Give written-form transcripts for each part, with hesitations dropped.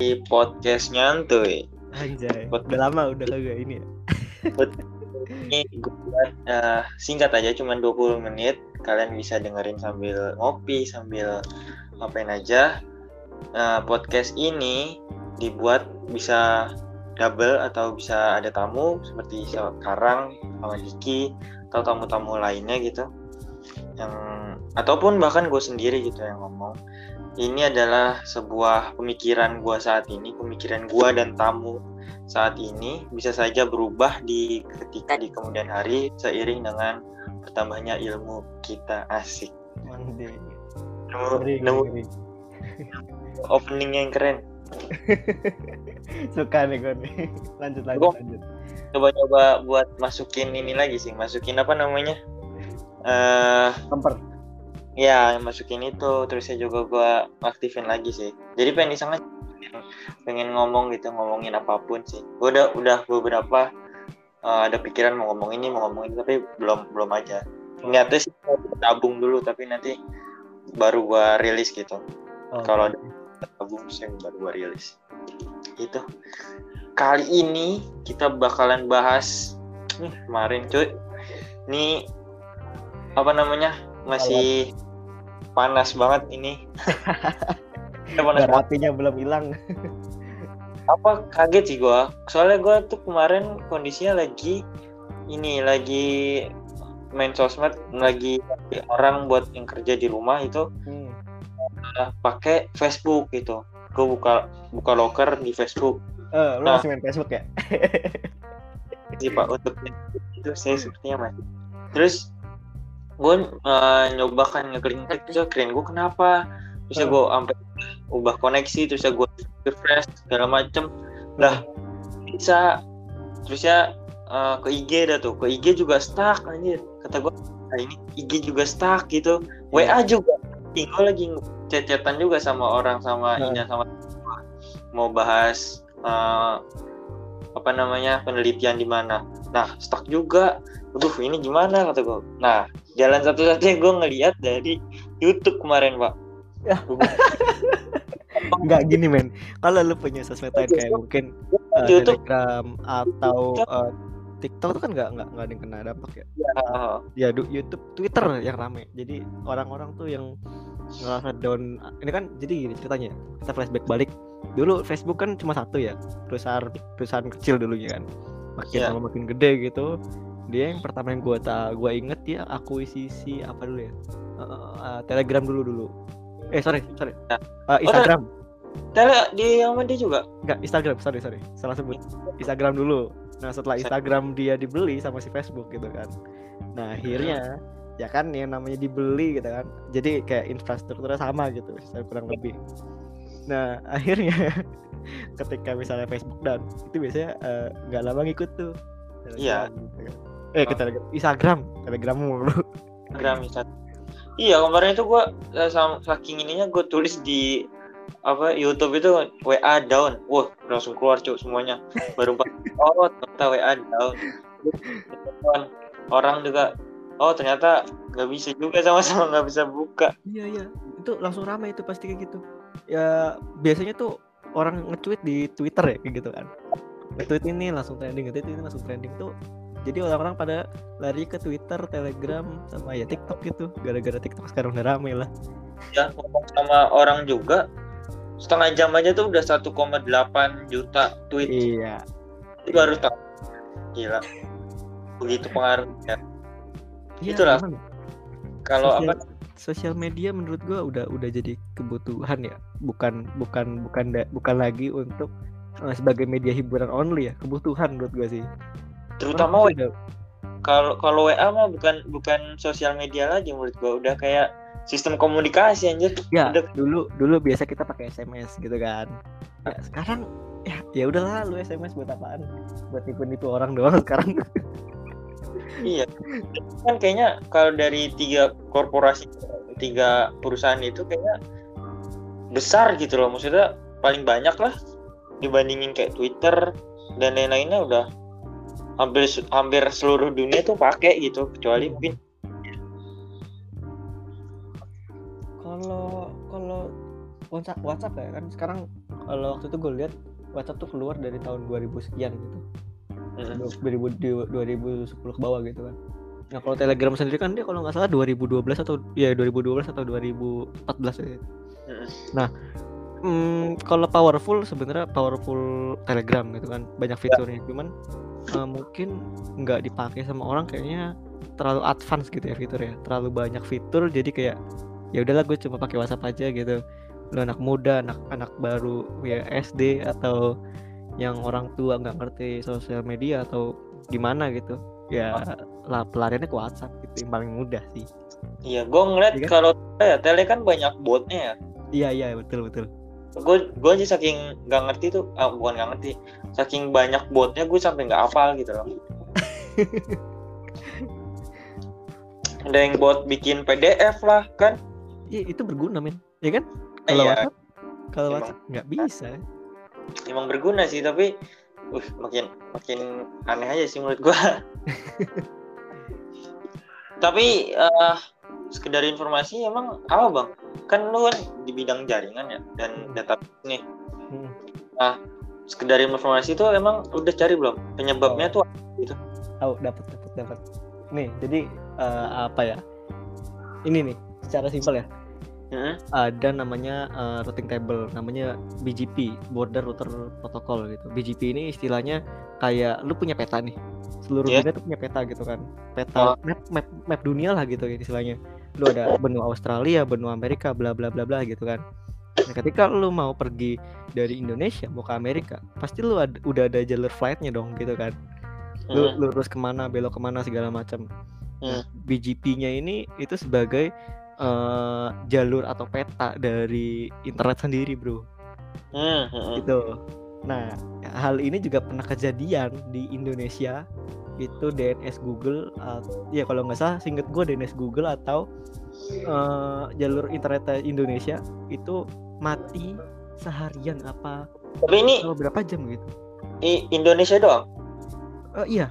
di podcast nyantuy. Anjay, udah lama udah kagak ini ya. Ini gue buat singkat aja, cuma 20 menit. Kalian bisa dengerin sambil ngopi, sambil ngapain aja. Podcast ini dibuat bisa double atau bisa ada tamu seperti sekarang sama Diki atau tamu-tamu lainnya gitu. Ataupun bahkan gue sendiri gitu yang ngomong. Ini adalah sebuah pemikiran gue saat ini, pemikiran gue dan tamu saat ini bisa saja berubah ketika di kemudian hari seiring dengan bertambahnya ilmu kita. Asik. Mandi. Nemu opening yang keren. Suka nih gue nih. Lanjut. Coba buat masukin ini lagi sih, masukin apa namanya? Bumper. Ya, masukin itu, terusnya juga gue aktifin lagi sih. Jadi pengen ngomong gitu, ngomongin apapun sih. Gue udah beberapa ada pikiran mau ngomong ini, tapi belum aja. Niatnya sih mau tabung dulu, tapi nanti baru gue rilis gitu. Kalau ada tabung sih baru gue rilis. Itu. Kali ini kita bakalan bahas kemarin cuy. Ini apa namanya? Masih panas banget ini. Panas apinya belum hilang. Apa kaget sih gue. Soalnya gue tuh kemarin kondisinya lagi main sosmed, lagi orang buat yang kerja di rumah itu pakai Facebook gitu. Gue buka loker di Facebook. Lu masih main Facebook ya? Sih Pak, untuk itu saya sepertinya masih. Terus gue nyoba kan ngeklik screen gue kenapa, terus gue sampai ubah koneksi, terus gue refresh segala macem lah bisa, terusnya ke IG dah tuh, ke IG juga stuck anjir, kata gue ini IG juga stuck gitu. WA juga gue lagi chat-chatan juga sama orang, sama mau bahas apa namanya penelitian di mana, nah stuck juga. Aduh ini gimana kata gue. Nah jalan satu-satunya gue ngelihat dari YouTube kemarin Pak. Ya. Enggak gini men. Kalau lu punya sosmed lain kayak mungkin Telegram atau TikTok itu kan nggak ada yang kena dampak ya. Ya YouTube, Twitter yang rame. Jadi orang-orang tuh yang ngerasa down. Ini kan jadi gini ceritanya. Kita flashback balik. Dulu Facebook kan cuma satu ya, perusahaan kecil dulunya kan. Makin lama makin gede gitu. Dia yang pertama yang gue inget dia akuisisi apa dulu ya, Telegram dulu. Sorry. Instagram. Di yang mana dia juga? Enggak, Instagram, sorry salah sebut. Instagram dulu. Nah setelah Instagram dia dibeli sama si Facebook gitu kan. Nah akhirnya ya kan yang namanya dibeli gitu kan, jadi kayak infrastrukturnya sama gitu kurang lebih. Nah akhirnya ketika misalnya Facebook dan itu biasanya nggak lama ngikut tuh. Iya. Kita Instagram, Telegram mulu. Instagram. Iya kemarin itu gue saking ininya gue tulis di YouTube itu WA down. Wah langsung keluar cuy semuanya. Baru ternyata WA down. Orang juga ternyata nggak bisa juga, sama-sama nggak bisa buka. Iya itu langsung ramai itu pasti kayak gitu. Ya biasanya tuh orang nge-tweet di Twitter ya kayak gitu kan. Nge-tweet ini langsung trending, nge-tweet ini langsung trending tuh. Jadi orang-orang pada lari ke Twitter, Telegram, sama ya TikTok gitu. Gara-gara TikTok sekarang udah rame lah. Ya ngomong sama orang juga, setengah jam aja tuh udah 1,8 juta tweet. Iya. Itu baru tahu. Gila. Begitu pengaruhnya. Ya, itulah. Kalau sosial media menurut gue udah jadi kebutuhan ya. Bukan lagi untuk sebagai media hiburan only ya. Kebutuhan menurut gue sih. Terutama kalau WA mah bukan sosial media lagi menurut gua, udah kayak sistem komunikasi anjir. Ya, dulu biasa kita pakai SMS gitu kan. Ya, sekarang ya udahlah lu SMS buat apaan? Buat nipu-nipu orang doang sekarang. Iya. Kan kayaknya kalau dari 3 perusahaan itu kayaknya besar gitu loh. Maksudnya paling banyak lah dibandingin kayak Twitter dan lain-lainnya, udah hampir seluruh dunia tuh pakai gitu, kecuali mungkin kalau WhatsApp ya kan sekarang kalau waktu itu gue lihat WhatsApp tuh keluar dari tahun 2000 sekian gitu. 2010 ke bawah gitu kan. Nah kalau Telegram sendiri kan dia kalau nggak salah 2012 atau 2014 ya. Nah kalau sebenarnya powerful Telegram gitu kan, banyak fiturnya, cuman mungkin nggak dipakai sama orang, kayaknya terlalu advance gitu ya fiturnya, terlalu banyak fitur, jadi kayak ya udahlah gue cuma pakai WhatsApp aja gitu. Lu anak muda, anak baru ya SD atau yang orang tua nggak ngerti sosial media atau gimana gitu, ya lah pelariannya ke WhatsApp gitu, yang paling mudah sih. Iya, gue ngeliat ya kan? Kalau Tele kan banyak botnya ya. Iya betul. Gue aja saking nggak ngerti tuh, bukan nggak ngerti, saking banyak botnya gue sampai nggak hafal gitu loh. Ada yang bot bikin PDF lah kan? Iya itu berguna men, ya kan? Kalau WhatsApp nggak bisa. Emang berguna sih, tapi makin aneh aja sih menurut gua. Tapi sekedar informasi, emang apa bang? Kan lu kan di bidang jaringan ya dan database nih. Nah, sekedar informasi itu emang udah cari belum penyebabnya tuh gitu? Dapat. Nih, jadi apa ya? Ini nih, secara simpel ya. Ada namanya routing table, namanya BGP, Border Router Protocol gitu. BGP ini istilahnya kayak lu punya peta nih, seluruh dunia tuh punya peta gitu kan, peta map dunia lah gitu istilahnya. Lu ada benua Australia, benua Amerika, bla bla bla bla gitu kan. Nah, ketika lu mau pergi dari Indonesia mau ke Amerika, pasti lu udah ada jalur flightnya dong gitu kan. Lu lurus kemana, belok kemana segala macam. BGP-nya ini itu sebagai jalur atau peta dari internet sendiri bro. Gitu. Nah hal ini juga pernah kejadian di Indonesia, itu DNS Google, ya kalau nggak salah seinget gue DNS Google atau jalur internet Indonesia itu mati seharian apa, tapi ini berapa jam gitu. Indonesia doang? Iya.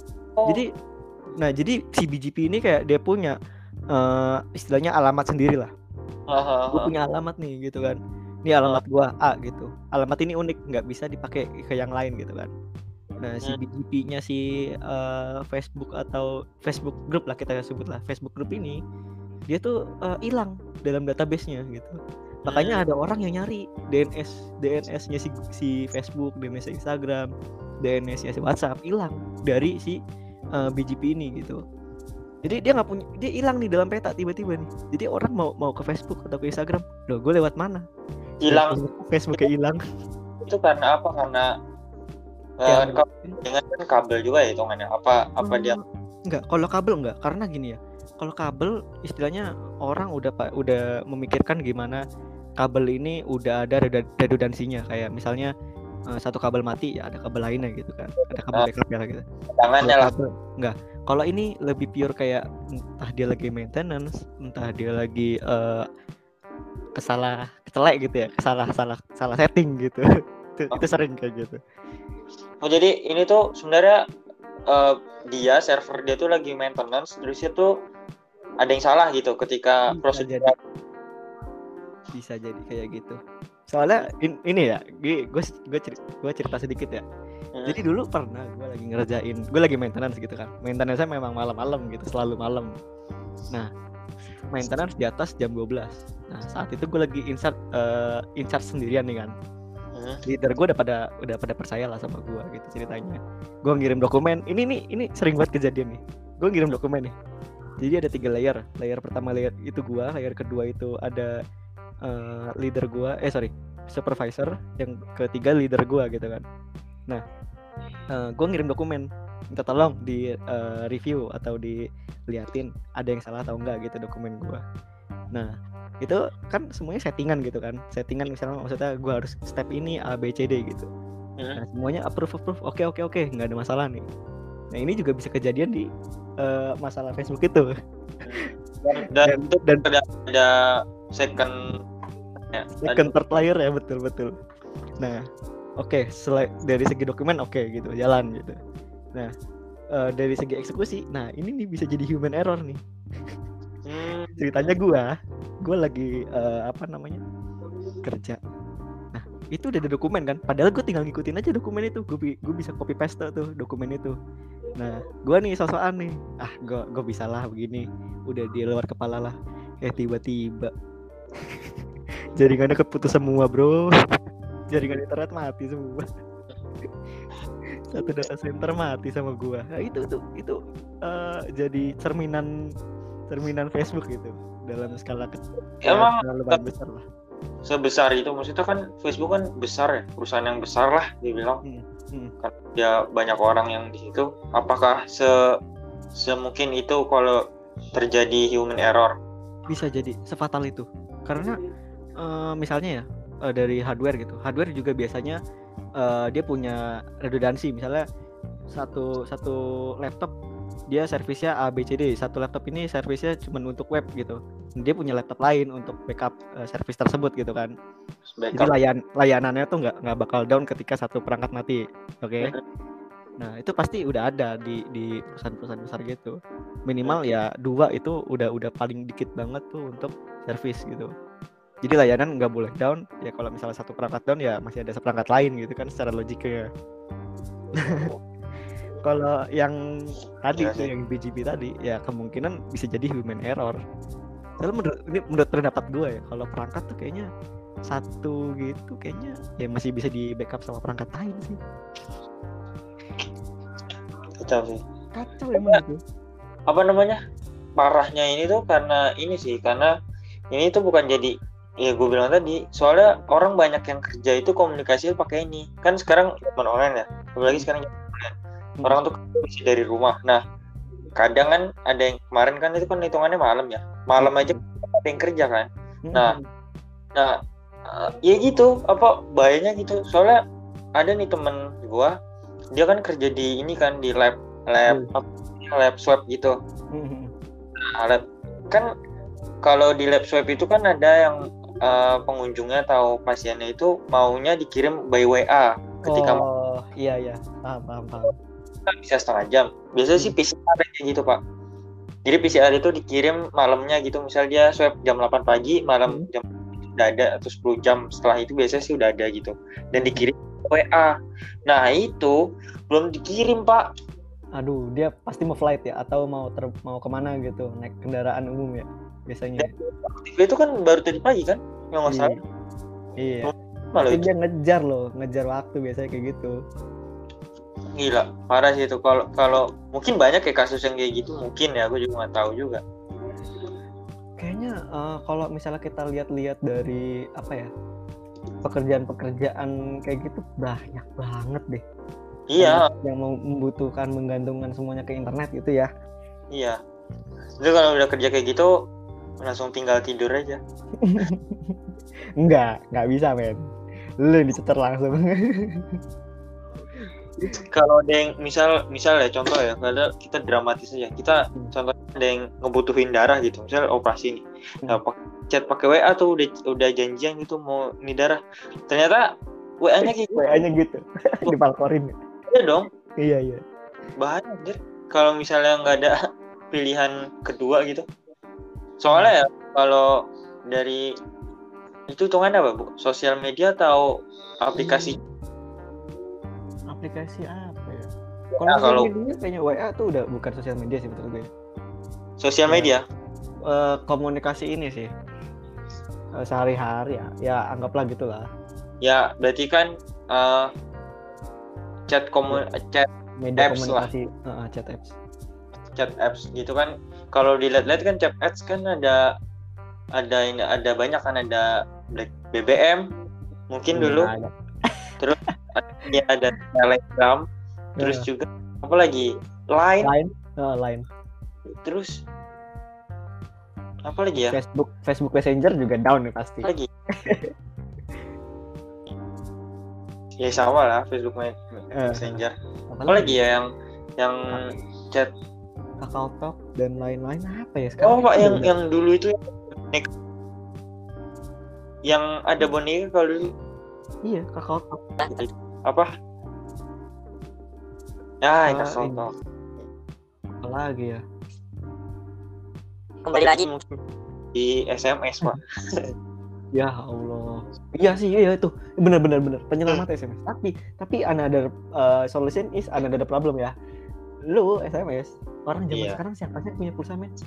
Jadi si BGP ini kayak dia punya istilahnya alamat sendiri lah. Gue punya alamat nih gitu kan, ini alamat gue A gitu, alamat ini unik, nggak bisa dipakai ke yang lain gitu kan. Nah si BGP-nya si Facebook atau Facebook Group lah kita sebut lah, Facebook Group ini dia tuh hilang dalam database-nya gitu. Makanya ada orang yang nyari DNS-nya si Facebook, DNS Instagram, DNS-nya si WhatsApp hilang dari si BGP ini gitu. Jadi dia nggak punya, dia hilang nih dalam peta tiba-tiba nih. Jadi orang mau ke Facebook atau ke Instagram, loh gue lewat mana? Hilang. Facebooknya hilang. Itu karena apa? Karena dengan kabel juga ya hitungannya. Apa dia? Enggak, kalau kabel enggak, karena gini ya. Kalau kabel istilahnya orang udah memikirkan gimana kabel ini udah ada redundansinya, kayak misalnya satu kabel mati ya ada kabel lainnya gitu kan, ada kabel backup ya gitu. Tangannya lah. Enggak. Kalau ini lebih pure kayak entah dia lagi maintenance, entah dia lagi kecelek gitu ya, salah setting gitu. Itu sering kayak gitu. Oh jadi ini tuh sebenarnya dia server dia tuh lagi maintenance, terus itu ada yang salah gitu ketika prosedur. Bisa jadi kayak gitu. Soalnya ini ya, gue cerita sedikit ya. Jadi dulu pernah gue lagi maintenance gitu kan. Maintenance-nya memang malam-malam gitu, selalu malam. Nah, maintenance di atas jam 12. Nah, saat itu gue lagi in-charge sendirian nih kan. Leader gue udah pada percaya lah sama gue gitu ceritanya. Gue ngirim dokumen. Ini sering banget kejadian nih. Gue ngirim dokumen nih. Jadi ada 3 layer. Layer pertama itu gue, layer kedua itu ada leader gue, supervisor, yang ketiga leader gue gitu kan. Nah, gue ngirim dokumen, minta tolong di review atau diliatin ada yang salah atau enggak gitu dokumen gue. Nah, itu kan semuanya settingan gitu kan, settingan misalnya maksudnya gue harus step ini A B C D gitu. Nah, semuanya approve, oke, nggak ada masalah nih. Nah, ini juga bisa kejadian di masalah Facebook itu. Dan ada second third layer ya, betul. Nah, oke, dari segi dokumen gitu, jalan gitu. Nah, dari segi eksekusi, nah ini nih bisa jadi human error nih. Ceritanya gue lagi kerja. Nah, itu udah ada dokumen kan, padahal gue tinggal ngikutin aja dokumen itu, gue bisa copy paste tuh dokumen itu. Nah gue nih sosokan nih, gue bisa lah begini, udah di luar kepala lah, tiba-tiba jaringannya keputus semua bro, jaringan internet mati semua. Satu data center mati sama gue. Nah, itu jadi cerminan Facebook gitu dalam skala kecil. Emang lumayan besar lah. Sebesar itu, maksudnya kan Facebook kan besar ya, perusahaan yang besar lah dibilang. Kan ya banyak orang yang di situ. Apakah semungkin itu kalau terjadi human error? Bisa jadi sefatal itu. Karena misalnya ya dari hardware gitu. Hardware juga biasanya dia punya redundansi. Misalnya satu laptop dia servisnya A, B, C, D. Satu laptop ini servisnya cuma untuk web gitu. Dia punya laptop lain untuk backup servis tersebut gitu kan. Jadi layanannya tuh nggak bakal down ketika satu perangkat mati. Oke. Nah itu pasti udah ada di perusahaan-perusahaan besar gitu. Minimal ya 2 itu udah paling dikit banget tuh untuk servis gitu. Jadi layanan nggak boleh down. Ya kalau misalnya satu perangkat down ya masih ada seperangkat lain gitu kan secara logiknya. Kalau yang tadi tuh yang BGP tadi ya kemungkinan bisa jadi human error. Soalnya menurut pendapat gue ya, kalau perangkat tuh kayaknya satu gitu kayaknya ya masih bisa di backup sama perangkat lain sih. Kacau emang itu. Apa namanya? Parahnya ini tuh karena ini tuh bukan jadi, ya gue bilang tadi, soalnya orang banyak yang kerja itu komunikasi pakai ini. Kan sekarang zaman online ya, apalagi sekarang zaman online. Orang tuh bisa dari rumah. Nah, kadang kan ada yang kemarin kan itu kan hitungannya malam ya. Malam aja ada yang kerja kan. Nah, ya gitu, bahayanya gitu. Soalnya ada nih temen gua, dia kan kerja di ini kan di lab swab gitu. Nah, lab kan kalau di lab swab itu kan ada yang pengunjungnya atau pasiennya itu maunya dikirim by WA ketika iya paham. Bisa setengah jam. Biasanya sih PCR kayak gitu Pak. Jadi PCR itu dikirim malamnya gitu. Misal dia swab jam 8 pagi, malam jam udah ada, atau 10 jam setelah itu biasanya sih udah ada gitu. Dan dikirim WA. Nah itu belum dikirim Pak. Aduh, dia pasti mau flight ya atau mau kemana gitu, naik kendaraan umum ya biasanya. Itu kan baru tadi pagi kan, yang nggak salah. Iya. Pasti dia ngejar waktu biasanya kayak gitu. Gila, parah sih itu. Kalau mungkin banyak kayak kasus yang kayak gitu, mungkin ya, aku juga nggak tahu juga. Kayaknya kalau misalnya kita lihat-lihat dari pekerjaan kayak gitu banyak banget deh. Iya. Yang membutuhkan menggantungkan semuanya ke internet gitu ya. Iya. Jadi kalau udah kerja kayak gitu langsung tinggal tidur aja. Nggak bisa men. Lu dicecer langsung. Kalau ada yang misal ya contoh ya, kalau kita dramatis aja, kita contoh ada yang ngebutuhin darah gitu, misal operasi nih, nah, chat pakai WA tuh udah janjian gitu mau ini darah, ternyata WA-nya gitu, dipalkorin. Iya dong. Iya. Bahaya anjir kalau misalnya nggak ada pilihan kedua gitu. Soalnya ya kalau dari itu hitungannya apa Bu? Sosial media atau aplikasi? Aplikasi apa ya? Kalau media kayaknya WA tuh udah bukan sosial media sih menurut gue. Sosial media? Komunikasi ini sih sehari-hari ya anggaplah gitulah. Ya berarti kan chat media apps komunikasi lah. Chat apps gitu kan. Kalau dilihat-lihat kan chat apps kan ada banyak kan, ada BBM mungkin dulu. Terus ya ada Telegram, terus juga apa lagi? Line. Terus apa lagi ya? Facebook Messenger juga down nih pasti. Lagi. Ya sama lah Facebook Messenger. Apa lagi ya yang chat KakaoTalk dan lain-lain apa ya sekarang? Pak yang dulu itu yang ada boneka kalau dulu. Iya, KakaoTalk. Apa? Ya, KakaoTalk. Apa lagi ya? Kembali lagi di SMS, Pak. Ya Allah. Iya sih, iya itu. Benar. Penyelamat SMS. Tapi another solution is another problem ya. Lu SMS, orang zaman sekarang siapa sih punya pulsa match?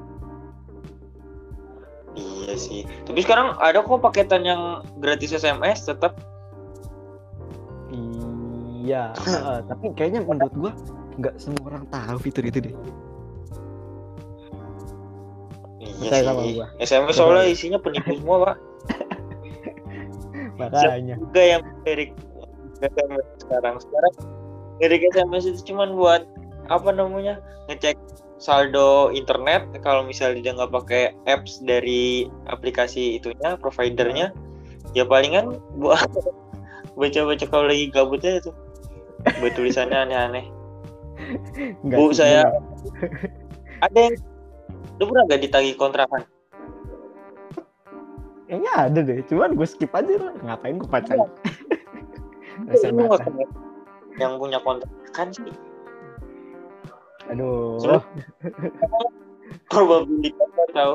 Iya sih. Tapi sekarang ada kok paketan yang gratis SMS tetap. Iya. Tapi kayaknya menurut gua nggak semua orang tahu fitur itu deh. Iya sih. SMS soalnya isinya penipu semua, Pak. Makanya. Juga yang dari SMS sekarang dari SMS itu cuman buat apa namanya, ngecek saldo internet. Kalau misalnya dia nggak pakai apps dari aplikasi itunya, providernya, ya palingan buat baca-baca kalau lagi gabutnya itu, buat tulisannya aneh-aneh. Bu, saya ada yang, lu pernah nggak ditagih kontrakan? Kayaknya ada deh, cuman gue skip aja lah. Ngapain gue pacaran? Yang punya kontrakan sih. Aduh. Probabilitas gak tahu.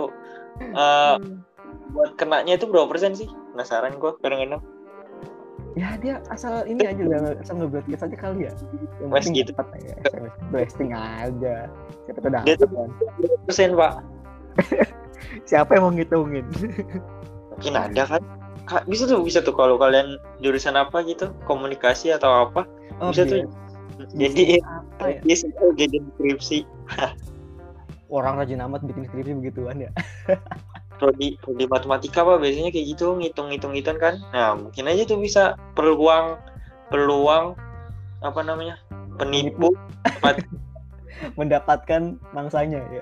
Buat kenanya itu berapa persen sih? Penasaran gue kadang-kadang. Ya dia asal ini aja lah, asal nge-broadcast aja kali ya. Yang penting gitu. Ya, blasting aja. Siapa tahu dapat. Dia tuh berapa persen, Pak? Siapa yang mau ngitungin? Mungkin ada kan? Bisa tuh kalau kalian jurusan apa gitu, komunikasi atau apa, bisa tuh. Jadi apa ya? Jadi skripsi. Orang rajin amat bikin skripsi begituan ya. Prodi matematika Pak biasanya kayak gitu, ngitung-hitungan kan. Nah, mungkin aja tuh bisa peluang apa namanya? Penipu mendapatkan mangsanya ya.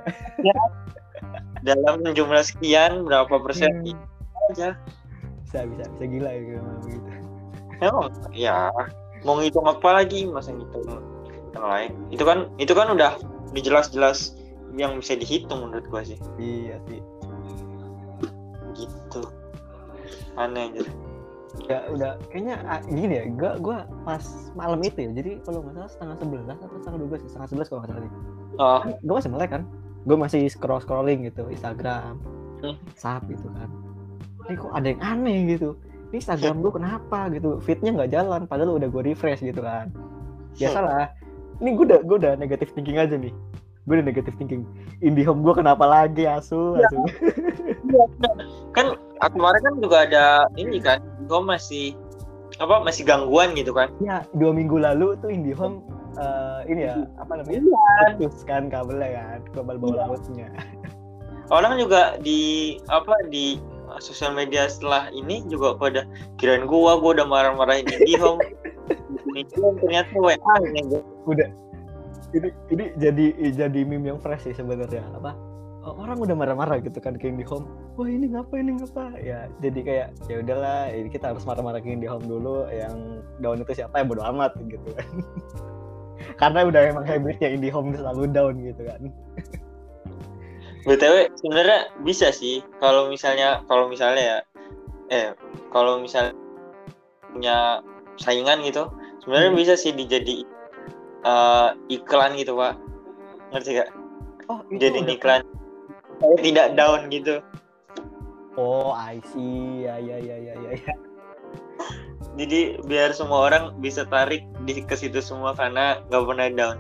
Dalam jumlah sekian berapa persen aja. Bisa gila ya gitu. Emang ya mau ngitung apa lagi, masa ngitung yang lain. Itu kan udah jelas-jelas yang bisa dihitung menurut gua sih. Iya sih. Gitu. Aneh aja. Ya udah kayaknya gini ya, gua pas malam itu ya. Jadi kalau nggak salah 11:30 atau 11:30 kalau nggak salah nih. Gua masih melek kan. Gua masih scrolling gitu Instagram. Sap gitu kan. Ini kok ada yang aneh gitu. Ini Instagram gue kenapa gitu, feednya nggak jalan padahal udah gue refresh gitu kan. Biasalah, ini gue udah negatif thinking aja nih. Gue udah negatif thinking, IndiHome gue kenapa lagi asu. Kan kemarin kan juga ada ini kan, IndiHome masih gangguan gitu kan. Ya 2 minggu lalu tuh IndiHome ini ya apa namanya, putus kan kabelnya kan, kabel bawah lautnya. Orang juga di sosial media setelah ini juga pada kirain gua udah marah-marahin IndiHome. Ternyata WA nih udah. Ini jadi meme yang fresh sih sebenarnya. Orang udah marah-marah gitu kan ke IndiHome. Wah ini ngapa? Ya jadi kayak ya udahlah, ini kita harus marah-marah ke IndiHome dulu. Yang down itu siapa, ya bodo amat gitu kan. Karena udah emang habitnya IndiHome selalu down gitu kan. BTW sebenarnya bisa sih kalau misalnya punya saingan gitu, sebenarnya bisa sih dijadi iklan gitu Pak, ngerti gak? Oh, jadi iklan tidak down gitu. Oh I see, ya. Jadi biar semua orang bisa tarik ke situ semua karena nggak pernah down.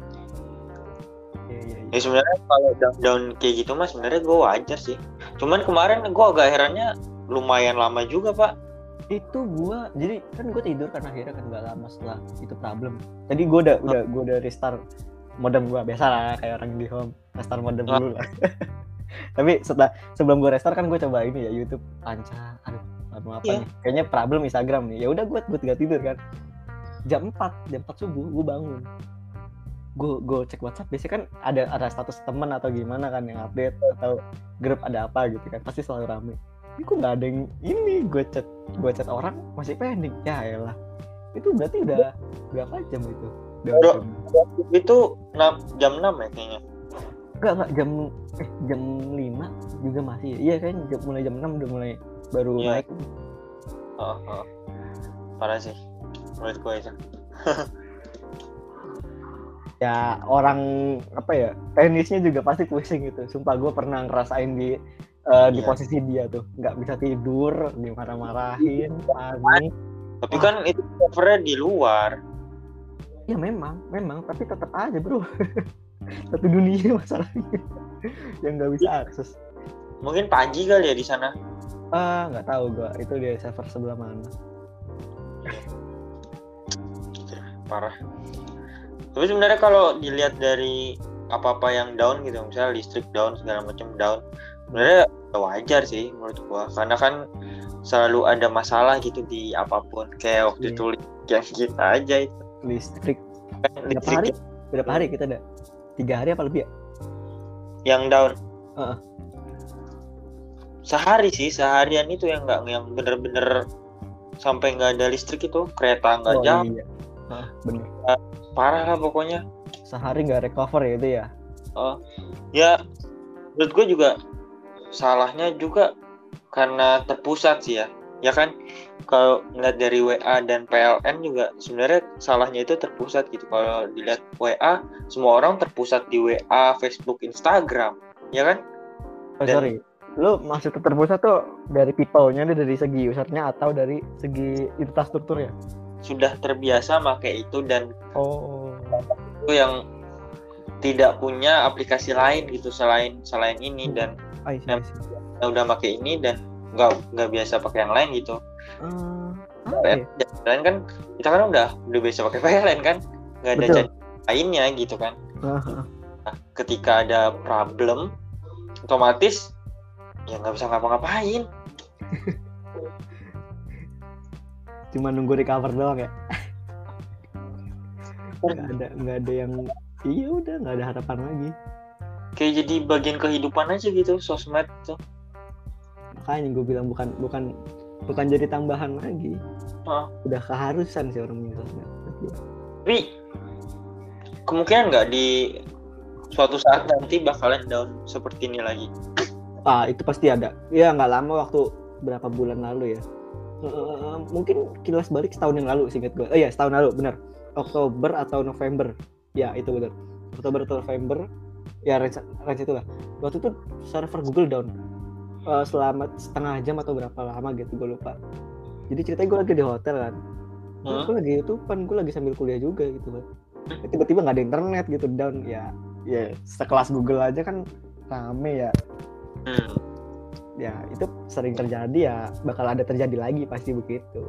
Ya sebenarnya kalau down kayak gitu mas sebenarnya gue wajar sih. Cuman kemarin gue agak herannya lumayan lama juga Pak. Itu gue jadi kan gue tidur kan akhirnya kan nggak lama setelah itu problem. Tadi gue udah restart modem gue, biasa lah kayak orang di home restart modem dulu lah. Tapi sebelum gue restart kan gue coba ini ya YouTube lancar. Aduh apa nih? Kayaknya problem Instagram nih. Ya udah gue tidur kan. Jam 4 subuh gue bangun. Gue cek WhatsApp, biasanya kan ada status teman atau gimana kan yang update atau grup ada apa gitu kan, pasti selalu rame. Ini kok nggak ada yang ini, gue chat orang masih pending. Ya elah, itu berarti udah berapa jam itu? Itu jam 6 ya kayaknya. Enggak jam 5 juga masih. Iya kayaknya mulai jam 6 udah mulai baru naik. Parah sih menurut gue itu. Ya orang apa ya, teknisnya juga pasti pusing gitu. Sumpah gue pernah ngerasain di di posisi dia tuh nggak bisa tidur, dimarah-marahin, panik. Tapi kan itu servernya di luar. Ya memang, tapi tetap aja bro. Satu dunia masalahnya yang nggak bisa akses. Mungkin Panji kali ya di sana. Nggak tahu gua, itu dia server sebelah mana. Parah. Tapi sebenarnya kalau dilihat dari apa-apa yang down gitu, misalnya listrik down, segala macam down, sebenarnya wajar sih menurut gua, karena kan selalu ada masalah gitu di apapun. Kayak waktu itu yang kita aja itu listrik. Listrik Berapa hari kita ada? 3 hari apa lebih ya? Yang down. Sehari sih, seharian itu yang bener-bener sampai nggak ada listrik itu, kereta nggak jam. Iya. Bener. Parah lah pokoknya. Sehari nggak recover ya itu ya. Ya menurut gue juga salahnya juga karena terpusat sih ya. Ya kan, kalau ngeliat dari WA dan PLN juga sebenarnya salahnya itu terpusat gitu. Kalau dilihat WA, semua orang terpusat di WA, Facebook, Instagram, ya kan? Sorry, lu maksud terpusat tuh dari people-nya, dari segi usernya atau dari segi infrastrukturnya? Sudah terbiasa pakai itu dan itu yang tidak punya aplikasi lain gitu selain ini dan udah pakai ini dan nggak biasa pakai yang lain gitu. PLN kan kita kan udah biasa pakai PLN kan, nggak ada jadi lainnya gitu kan. Nah, ketika ada problem otomatis ya nggak bisa ngapa-ngapain. Cuma nunggu recover doang ya. nggak ada yang udah nggak ada harapan lagi. Kayak jadi bagian kehidupan aja gitu sosmed tuh. Makanya gue bilang bukan jadi tambahan lagi. Udah keharusan sih orang minta sosmed. Tapi kemungkinan nggak di suatu saat nanti bakalan down seperti ini lagi? Itu pasti ada. Ya nggak lama, waktu berapa bulan lalu ya. Mungkin kilas balik setahun yang lalu seingat gue. Setahun lalu benar. Oktober atau November. Ya itu benar. Oktober atau November. Ya range itulah. Waktu itu server Google down. Selama setengah jam atau berapa lama gitu, gue lupa. Jadi ceritanya gue lagi di hotel kan, gue lagi YouTubean, gue lagi sambil kuliah juga gitu kan. Tiba-tiba nggak ada internet gitu, down. Ya sekelas Google aja kan rame ya. Ya itu sering terjadi, ya bakal ada terjadi lagi pasti begitu.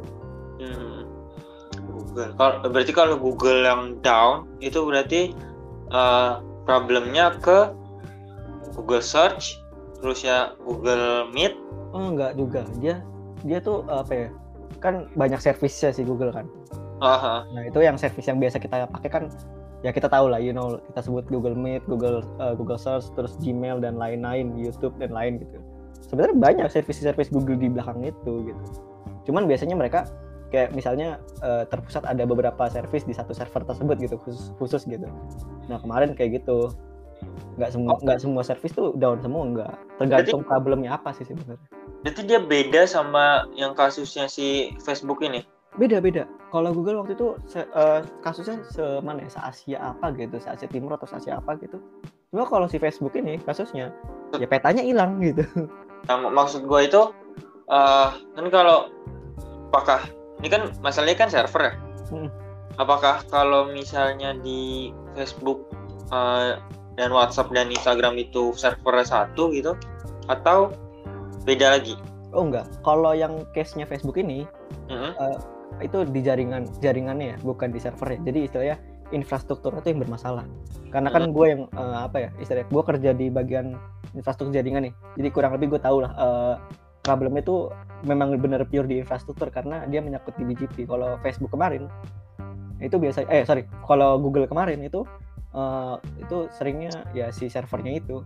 Google. Berarti kalau Google yang down itu berarti problemnya ke Google Search. Terus ya Google Meet? Enggak juga. Dia tuh apa ya? Kan banyak servisnya sih Google kan. Nah, itu yang servis yang biasa kita pakai kan, ya kita tahu lah, kita sebut Google Meet, Google Search, terus Gmail dan lain-lain, YouTube dan lain gitu. Sebenarnya banyak servis Google di belakang itu gitu. Cuman biasanya mereka kayak misalnya terpusat ada beberapa servis di satu server tersebut gitu, khusus gitu. Nah, kemarin kayak gitu. Nggak semua servis tuh down semua, nggak, tergantung problemnya apa sih sebenarnya. Berarti dia beda sama yang kasusnya si Facebook ini? Beda. Kalau Google waktu itu kasusnya semana ya, se-Asia apa gitu, se-Asia Timur atau se-Asia apa gitu. Cuma kalau si Facebook ini kasusnya ya petanya hilang gitu. Nah, maksud gue itu kan kalau apakah ini kan masalahnya kan server ya? Apakah kalau misalnya di Facebook dan WhatsApp dan Instagram itu servernya satu gitu, atau beda lagi? Enggak. Kalau yang case-nya Facebook ini itu di jaringannya ya, bukan di servernya. Jadi istilahnya infrastruktur itu yang bermasalah. Karena kan gue yang istilahnya gue kerja di bagian infrastruktur jaringan nih. Jadi kurang lebih gue tahu lah problemnya itu memang benar pure di infrastruktur karena dia menyangkut di BGP. Kalau Facebook kemarin itu kalau Google kemarin itu seringnya ya si servernya itu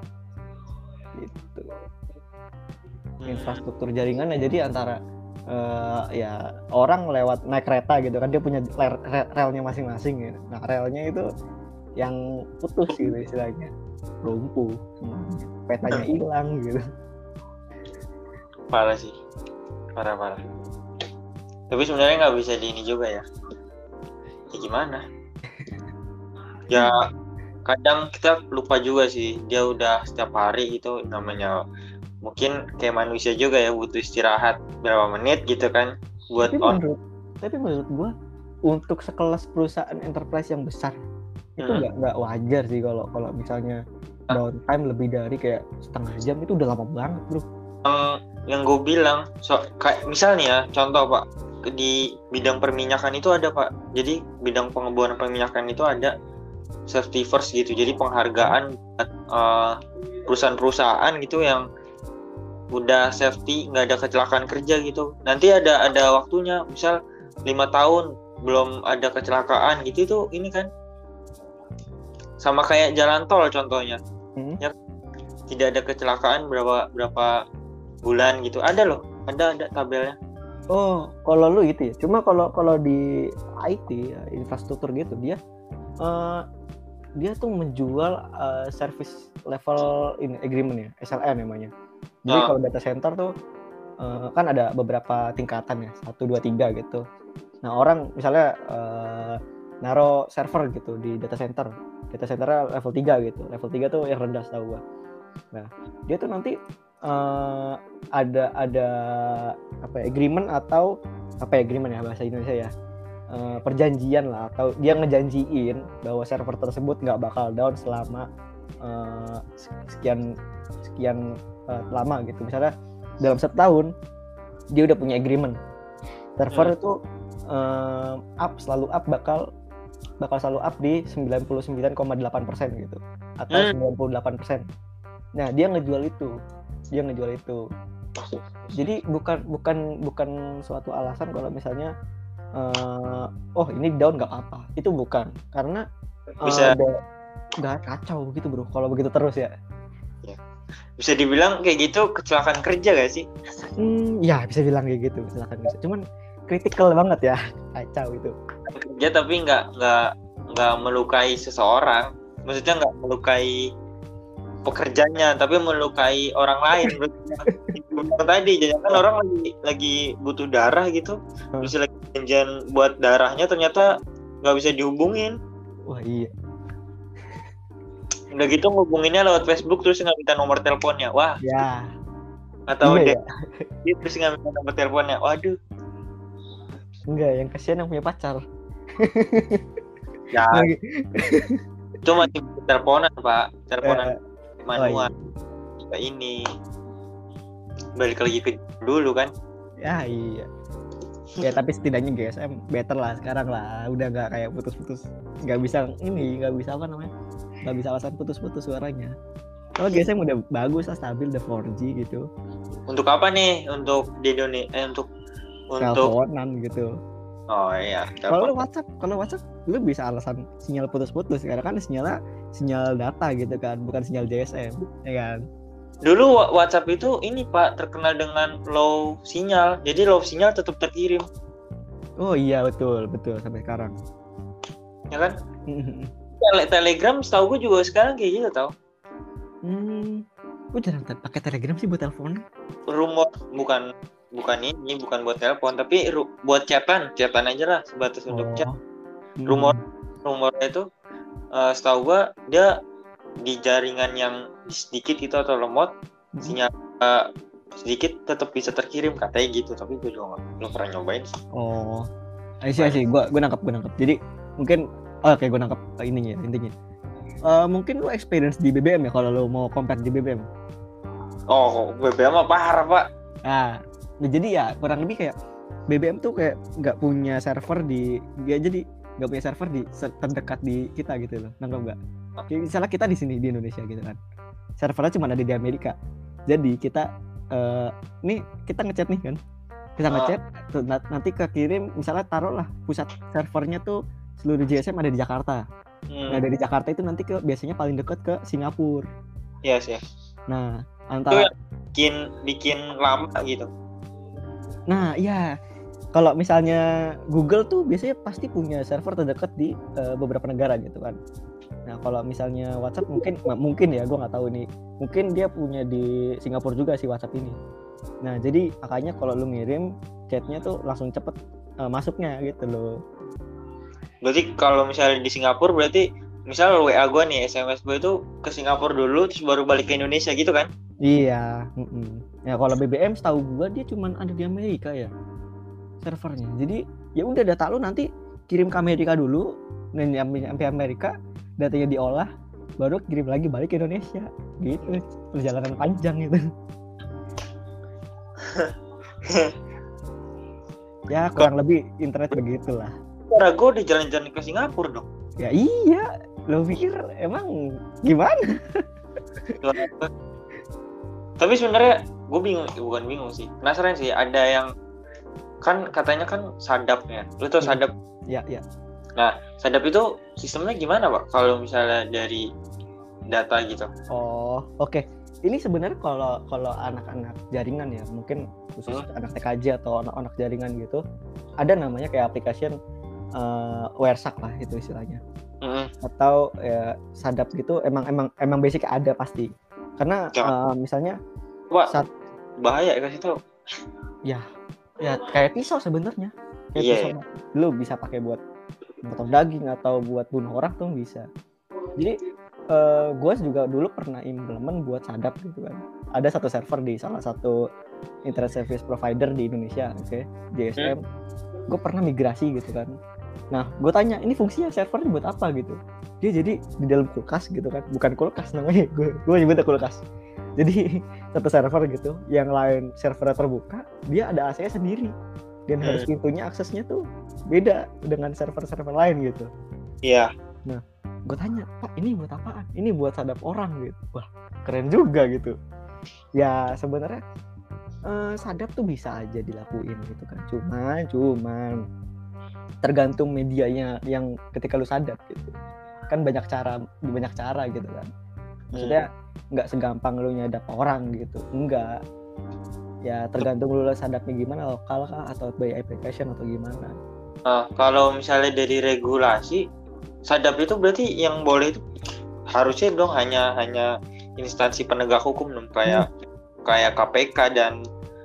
gitu. Infrastruktur jaringannya, jadi antara ya orang lewat naik kereta gitu kan, dia punya relnya masing-masing gitu. Nah, relnya itu yang putus gitu istilahnya, lumpuh, petanya hilang gitu. Parah sih, parah. Tapi sebenarnya nggak bisa di ini juga ya gimana? Ya kadang kita lupa juga sih, dia udah setiap hari itu namanya mungkin kayak manusia juga ya, butuh istirahat berapa menit gitu kan buat tapi menurut gua untuk sekelas perusahaan enterprise yang besar itu nggak wajar sih kalau misalnya downtime lebih dari kayak setengah jam. Itu udah lama banget bro. Yang gue bilang kayak misalnya ya, contoh Pak, di bidang perminyakan itu ada Pak, jadi bidang pengeboran perminyakan itu ada safety first gitu, jadi penghargaan perusahaan-perusahaan gitu yang udah safety, nggak ada kecelakaan kerja gitu. Nanti ada waktunya, misal 5 tahun belum ada kecelakaan gitu, itu ini kan sama kayak jalan tol contohnya, ya, tidak ada kecelakaan berapa bulan gitu, ada loh, ada tabelnya. Oh, kalau lu gitu ya. Cuma kalau di IT ya, infrastruktur gitu, dia tuh menjual service level in agreement ya, SLA namanya. Jadi kalau data center tuh kan ada beberapa tingkatan ya, 1, 2, 3 gitu. Nah, orang misalnya naruh server gitu di data centernya level 3 gitu. Level 3 tuh yang rendah setahu gua. Nah, dia tuh nanti ada apa ya, agreement atau apa ya, agreement ya bahasa Indonesia ya, perjanjian lah, atau dia ngejanjiin bahwa server tersebut nggak bakal down selama sekian lama gitu. Misalnya dalam setahun dia udah punya agreement server itu selalu up bakal selalu up di 99,8% gitu atau 98%. Nah, dia ngejual itu. Jadi bukan suatu alasan kalau misalnya ini down nggak apa-apa. Itu bukan, karena bisa nggak kacau gitu bro kalau begitu terus ya. Bisa dibilang kayak gitu kecelakaan kerja gak sih? Ya bisa bilang kayak gitu, kecelakaan kerja. Cuman kritikal banget ya, kacau itu. Kerja tapi nggak melukai seseorang. Maksudnya nggak melukai pekerjanya, tapi melukai orang lain. Tadi jadi kan orang lagi butuh darah gitu, terus lagi janjian buat darahnya, ternyata nggak bisa dihubungin. Wah iya. Udah gitu ngubunginnya lewat Facebook, terus nggak minta nomor teleponnya. Wah. Ya. Atau dia terus nggak minta nomor teleponnya. Waduh. Enggak, yang kasihan yang punya pacar. Ya. Itu masih teleponan Pak, teleponan manual. Kayak ini. Balik lagi ke dulu kan. Ya iya. Ya tapi setidaknya GSM better lah sekarang lah. Udah nggak kayak putus-putus. Nggak bisa apa namanya? Nggak bisa alasan putus-putus suaranya. Kalau GSM udah bagus lah, stabil, udah 4G gitu. Untuk apa nih? Untuk di Indonesia untuk teleponan gitu. Oh iya. Kalau WhatsApp lu bisa alasan sinyal putus-putus karena kan sinyal data gitu kan, bukan sinyal GSM, ya kan? Dulu WhatsApp itu ini Pak terkenal dengan low sinyal. Jadi low sinyal tetap terkirim. Oh iya betul sampai sekarang. Ya kan? Telegram setahu gue juga sekarang kayak gitu tau. Gue jarang pakai Telegram sih buat telepon. Rumor bukan buat telepon, tapi buat chatan aja lah, sebatas untuk chat. Rumornya itu setahu gue dia di jaringan yang sedikit itu atau lemot, sinyal sedikit tetap bisa terkirim katanya gitu, tapi gue juga belum pernah nyobain. Oh, sih, gue nangkep. Jadi mungkin gue nangkep intinya. Mungkin lo experience di BBM ya kalau lo mau compare di BBM. Oh, BBM mah parah Pak. Nah, jadi ya kurang lebih kayak BBM tuh kayak nggak punya server di terdekat di kita gitu loh, nangkep nggak? Misalnya kita di sini di Indonesia gitu kan, servernya cuma ada di Amerika. Jadi kita kita ngechat nih kan, kita ngechat nanti kekirim, misalnya taruhlah pusat servernya tuh seluruh GSM ada di Jakarta. Nah dari Jakarta itu nanti biasanya paling dekat ke Singapura. Yes. Nah antara bikin lama gitu. Nah iya, kalau misalnya Google tuh biasanya pasti punya server terdekat di beberapa negara gitu kan. Nah kalau misalnya WhatsApp mungkin ya, gue nggak tahu nih, mungkin dia punya di Singapura juga si WhatsApp ini. Nah jadi makanya kalau lu ngirim chatnya tuh langsung cepet masuknya gitu loh. Berarti kalau misalnya di Singapura, berarti misal WA gue nih, SMS gue itu ke Singapura dulu terus baru balik ke Indonesia gitu kan? Iya. Ya kalau BBM setahu gua dia cuman ada di Amerika ya servernya. Jadi ya udah data lu nanti kirim ke Amerika dulu, dan sampai Amerika datanya diolah, baru kirim lagi balik ke Indonesia. Gitu. Perjalanan panjang itu. Ya kurang lebih internet begitulah. Cara gue udah jalan-jalan ke Singapura dong. Ya iya, lo pikir emang gimana? Tapi sebenarnya gue bukan bingung sih, penasaran sih. Ada yang kan katanya kan sadap ya, lu tau sadap? Ya. Nah sadap itu sistemnya gimana Pak? Kalau misalnya dari data gitu? Oh oke. Ini sebenarnya kalau anak-anak jaringan ya, mungkin khusus anak TKJ atau anak-anak jaringan gitu, ada namanya kayak application WireShark lah itu istilahnya. Atau ya, sadap gitu emang basic ada pasti. Karena misalnya bahaya kasih tau. Ya kayak pisau sebenarnya. Kayak pisau. Lu bisa pakai buat potong daging atau buat bunuh orang tuh bisa. Jadi gue juga dulu pernah implement buat sadap gitu kan. Ada satu server di salah satu internet service provider di Indonesia, GSM. Gue pernah migrasi gitu kan. Nah, gue tanya, ini fungsinya servernya buat apa gitu? Dia jadi di dalam kulkas gitu kan, bukan kulkas namanya, gue nyebutnya kulkas. Jadi satu server gitu, yang lain servernya terbuka, dia ada AC-nya sendiri, dan harus pintunya aksesnya tuh beda dengan server-server lain gitu. Iya. Nah, gue tanya, Pak, ini buat apaan? Ini buat sadap orang gitu. Wah, keren juga gitu. Ya sebenarnya sadap tuh bisa aja dilakuin gitu kan. Cuman tergantung medianya yang ketika lu sadap gitu. Kan banyak cara gitu kan. Maksudnya nggak segampang lu nyadap orang gitu. Enggak. Ya tergantung lu sadapnya gimana, lokal kah atau by application atau gimana. Kalau misalnya dari regulasi, sadap itu berarti yang boleh itu harusnya dong hanya instansi penegak hukum dong, kayak KPK dan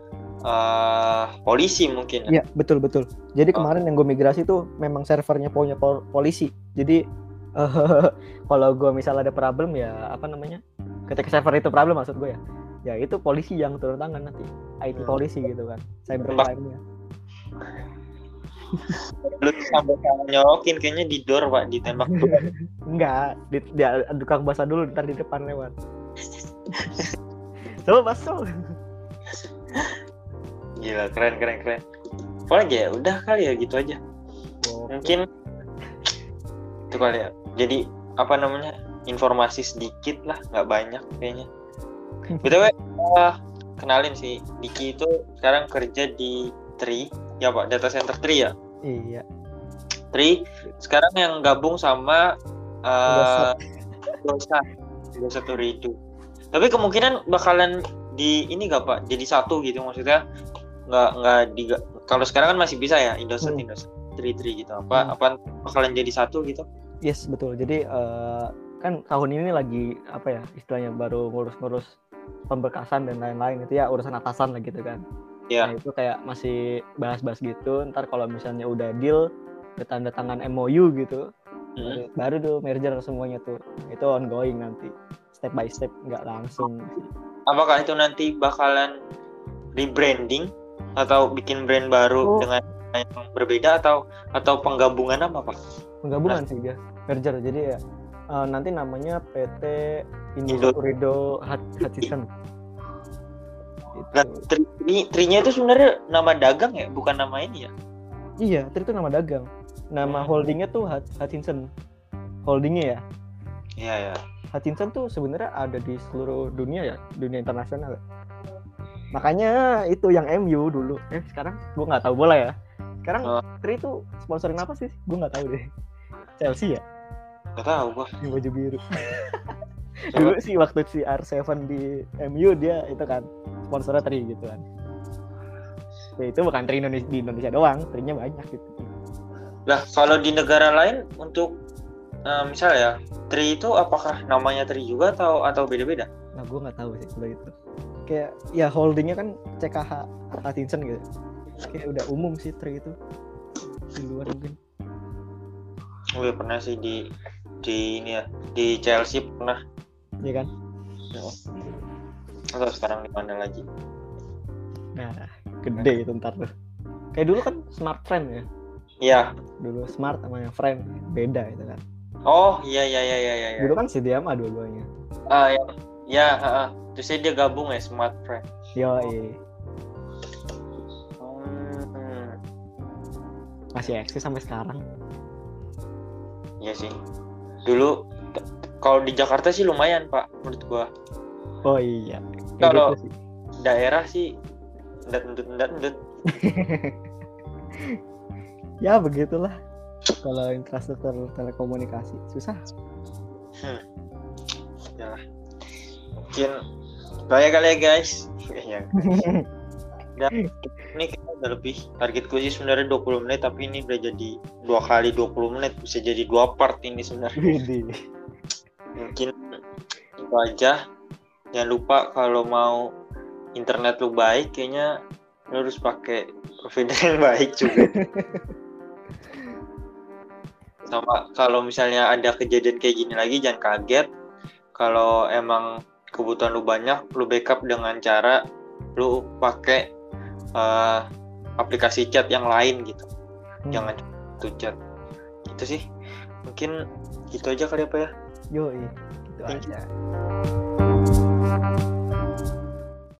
polisi mungkin. Iya, betul. Jadi kemarin yang gue migrasi tuh memang servernya punya polisi. Jadi kalau gue misalnya ada problem ya apa namanya? Ketika server itu problem maksud gue ya itu polisi yang turun tangan nanti. IT polisi gitu kan. Cybercrime-nya. Lu sampai nyolokin kayaknya di door Pak, ditembak dulu. Enggak, dia tukang basah dulu ntar di depan lewat. Coba basah. Gila, keren. Apalagi ya, udah kali ya gitu aja. Mungkin itu kali ya. Jadi apa namanya, informasi sedikit lah, nggak banyak kayaknya. BTW kenalin sih, Diki itu sekarang kerja di Tri ya Pak, data center Tri ya. Iya. Tri sekarang yang gabung sama Indosat Uridu. Tapi kemungkinan bakalan di ini nggak Pak, jadi satu gitu, maksudnya nggak kalau sekarang kan masih bisa ya Indosat Tri gitu, apa bakalan jadi satu gitu? Yes, betul. Jadi kan tahun ini lagi apa ya istilahnya, baru ngurus pemberkasan dan lain-lain itu ya, urusan atasan lah gitu kan. Nah itu kayak masih bahas-bahas gitu. Ntar kalau misalnya udah deal, udah tanda tangan MOU gitu, baru tuh merger semuanya tuh. Itu ongoing nanti, step by step, nggak langsung. Apakah itu nanti bakalan rebranding atau bikin brand baru dengan yang berbeda atau penggabungan apa Pak? Penggabungan sih dia, merger. Jadi ya nanti namanya PT Indosat Uridu Hutchison. Nah, Tri-nya itu sebenarnya nama dagang ya, bukan nama ini ya? Iya, Tri itu nama dagang. Nama holdingnya tuh Hutchison. Holdingnya ya? Iya ya. Hutchison tuh sebenarnya ada di seluruh dunia ya, dunia internasional. Makanya itu yang MU dulu. Sekarang gue nggak tahu bola ya. Sekarang Tri itu sponsorin apa sih? Gue nggak tahu deh. Chelsea ya? Nggak tahu gue. Yang baju biru. Dulu sih waktu si R7 di MU dia itu kan sponsornya Tri gitu kan. Ya, itu bukan Tri di Indonesia doang, Tri-nya banyak gitu. Lah kalau di negara lain untuk misalnya Tri itu apakah namanya Tri juga atau beda-beda? Nah gue nggak tahu sih kalau itu. Kayak ya holdingnya kan CKH Hutchison gitu. Kayak udah umum sih Tri itu di luar mungkin. Oh ya pernah sih di ini ya, di Chelsea pernah. Iya kan? Atau sekarang di mana lagi? Nah, gede itu ntar tuh. Kayak dulu kan smart friend ya. Iya. Dulu smart sama yang friend beda itu kan. Oh iya. Dulu kan si dia mah dua-duanya. Ya. Terus dia gabung ya smart friend. Yoi. Masih eksis sampai sekarang. Iya sih. Dulu kalau di Jakarta sih lumayan Pak menurut gua. Oh iya. Kalau gitu sih. daerah sih endat. Ya begitulah. Kalau infrastruktur telekomunikasi susah. Ya. Mungkin kali ya guys. Ya. Dan ini kita udah lebih, targetku sih sebenarnya 20 menit tapi ini udah jadi 2 kali 20 menit, bisa jadi 2 part ini sebenarnya. Mungkin itu aja. Jangan lupa kalau mau internet lu baik kayaknya lu harus pakai provider yang baik juga. Sama kalau misalnya ada kejadian kayak gini lagi jangan kaget. Kalau emang kebutuhan lu banyak, lu backup dengan cara lu pakai aplikasi chat yang lain gitu. Jangan cuma chat. Itu sih. Mungkin gitu aja kali apa ya? Yoi, gitu aja.